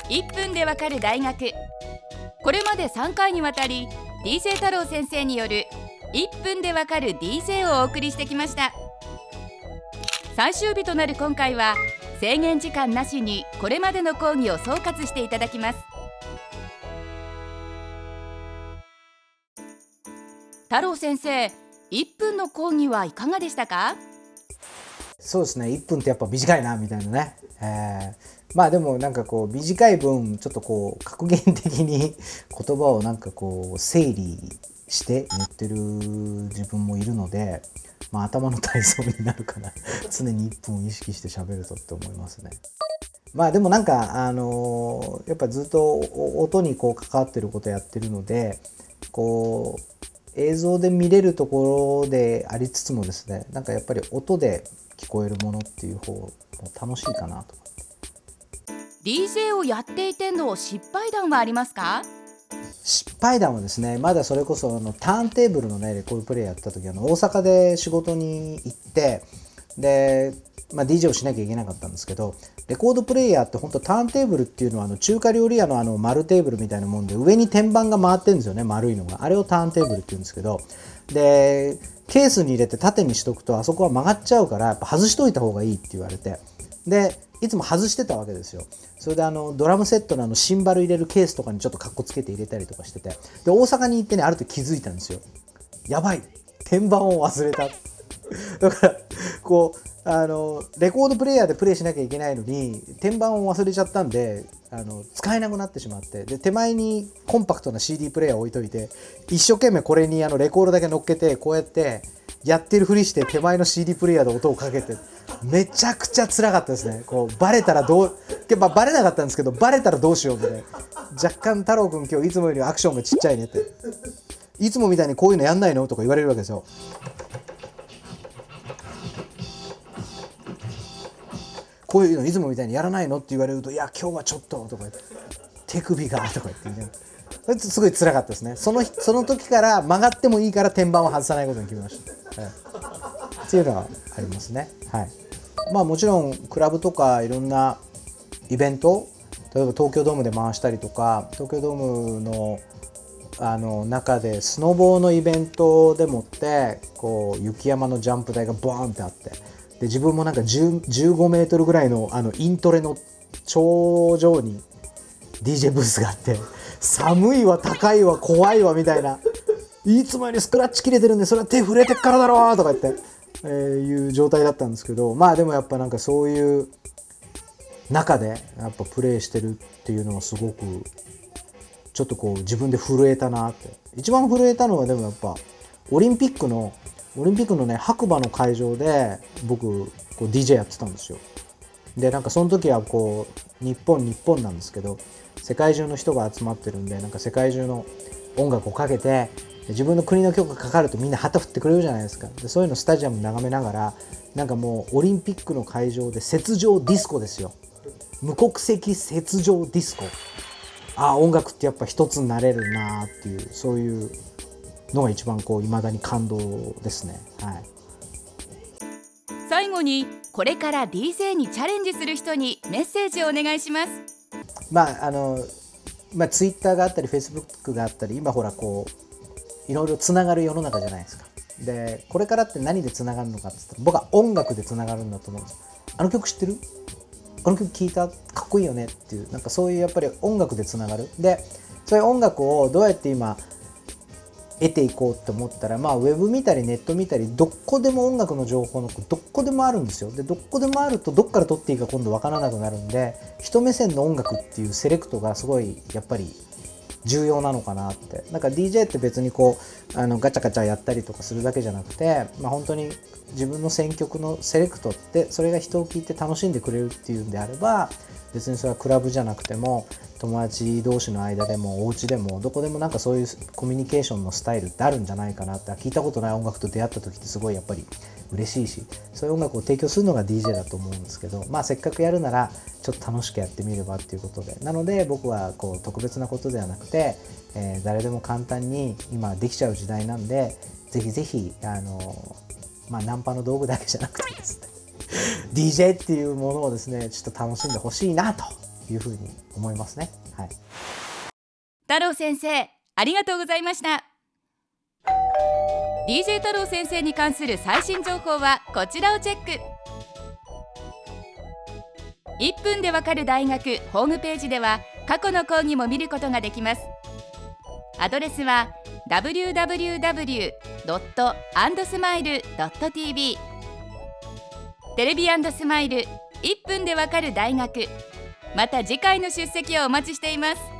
1分でわかる大学。これまで3回にわたり DJ 太郎先生による1分でわかる DJ をお送りしてきました。最終日となる今回は制限時間なしにこれまでの講義を総括していただきます。太郎先生、1分の講義はいかがでしたか？ そうですね、1分ってやっぱ短いなみたいなね、まあでもなんかこう短い分ちょっとこう格言的に言葉をなんかこう整理して言ってる自分もいるので、まあ、頭の体操になるかな常に1分を意識して喋るとって思いますね。まあでもなんかやっぱずっと音にこう関わってることやってるので、こう映像で見れるところでありつつもですね、なんかやっぱり音で聞こえるものっていう方も楽しいかなと。 DJ をやっていての失敗談はありますか？ 失敗談はですね、まだそれこそターンテーブルのねレコードプレイやった時大阪で仕事に行って、で、DJ をしなきゃいけなかったんですけど、レコードプレイヤーって本当ターンテーブルっていうのは中華料理屋の丸テーブルみたいなもんで、上に天板が回ってるんですよね、丸いのが。あれをターンテーブルって言うんですけど、でケースに入れて縦にしとくとあそこは曲がっちゃうからやっぱ外しといた方がいいって言われて、でいつも外してたわけですよ。それでドラムセットのシンバル入れるケースとかにちょっとカッコつけて入れたりとかしてて、で大阪に行ってね、ある時気づいたんですよ。やばい、天板を忘れただからこうレコードプレイヤーでプレイしなきゃいけないのに天板を忘れちゃったんで使えなくなってしまって、で手前にコンパクトな CD プレイヤーを置いといて、一生懸命これにレコードだけ乗っけてこうやってやってるふりして手前の CD プレイヤーで音をかけて、めちゃくちゃ辛かったですね。こうバレたらバレなかったんですけど、バレたらどうしようみたいな。若干太郎くん今日いつもよりアクションがちっちゃいねって、いつもみたいにこういうのやんないのとか言われるわけですよ。こういうのいつもみたいにやらないのって言われると、いや今日はちょっととか言って、手首がとか言ってね、すごい辛かったですね。その時から曲がってもいいから天板を外さないことに決めました、っていうのはありますね。はい。まあもちろんクラブとかいろんなイベント、例えば東京ドームで回したりとか、東京ドームの中でスノボーのイベントでもってこう雪山のジャンプ台がボーンってあって、で自分もなんか15メートルぐらいのイントレの頂上に DJ ブースがあって、寒いわ高いわ怖いわみたいな、いつもよりスクラッチ切れてるんでそれは手震えてっからだろとか言って、いう状態だったんですけど、まあでもやっぱなんかそういう中でやっぱプレイしてるっていうのはすごくちょっとこう自分で震えたなって。一番震えたのはでもやっぱオリンピックのね白馬の会場で僕こう DJ やってたんですよ。でなんかその時はこう日本なんですけど、世界中の人が集まってるんで、なんか世界中の音楽をかけて、自分の国の曲がかかるとみんな旗振ってくれるじゃないですか。でそういうのスタジアム眺めながら、なんかもうオリンピックの会場で雪上ディスコですよ。無国籍雪上ディスコ。音楽ってやっぱ一つになれるなっていう、そういうのが一番こう未だに感動ですね。はい。 最後にこれから DJ にチャレンジする人にメッセージをお願いします。 ツイッターがあったりフェイスブックがあったり、今ほらこういろいろつながる世の中じゃないですか。でこれからって何でつながるのかって言ったら、僕は音楽でつながるんだと思うんです。あの曲知ってる？あの曲聴いた？かっこいいよねっていう、なんかそういうやっぱり音楽でつながる。でそういう音楽をどうやって今得ていこうって思ったら、ウェブ見たりネット見たり、どこでも音楽の情報のどこでもあるんですよ。でどこでもあるとどっから取っていいか今度分からなくなるんで、人目線の音楽っていうセレクトがすごいやっぱり重要なのかなって。なんか DJ って別にこうガチャガチャやったりとかするだけじゃなくて、本当に自分の選曲のセレクトって、それが人を聴いて楽しんでくれるっていうんであれば、別にそれはクラブじゃなくても友達同士の間でもお家でもどこでもなんかそういうコミュニケーションのスタイルってあるんじゃないかなって。聞いたことない音楽と出会った時ってすごいやっぱり嬉しいし、そういう音楽を提供するのが DJ だと思うんですけど、せっかくやるならちょっと楽しくやってみればっていうことで、なので僕はこう特別なことではなくて、誰でも簡単に今できちゃう時代なんで、ぜひぜひナンパの道具だけじゃなくてですねDJ っていうものをですねちょっと楽しんでほしいなというふうに思いますね。はい、 太郎先生、ありがとうございました。 DJ 太郎先生に関する最新情報はこちらをチェック。1分でわかる大学ホームページでは過去の講義も見ることができます。アドレスは www.andsmile.tv。 テレビ&スマイル1分でわかる大学、また次回の出席をお待ちしています。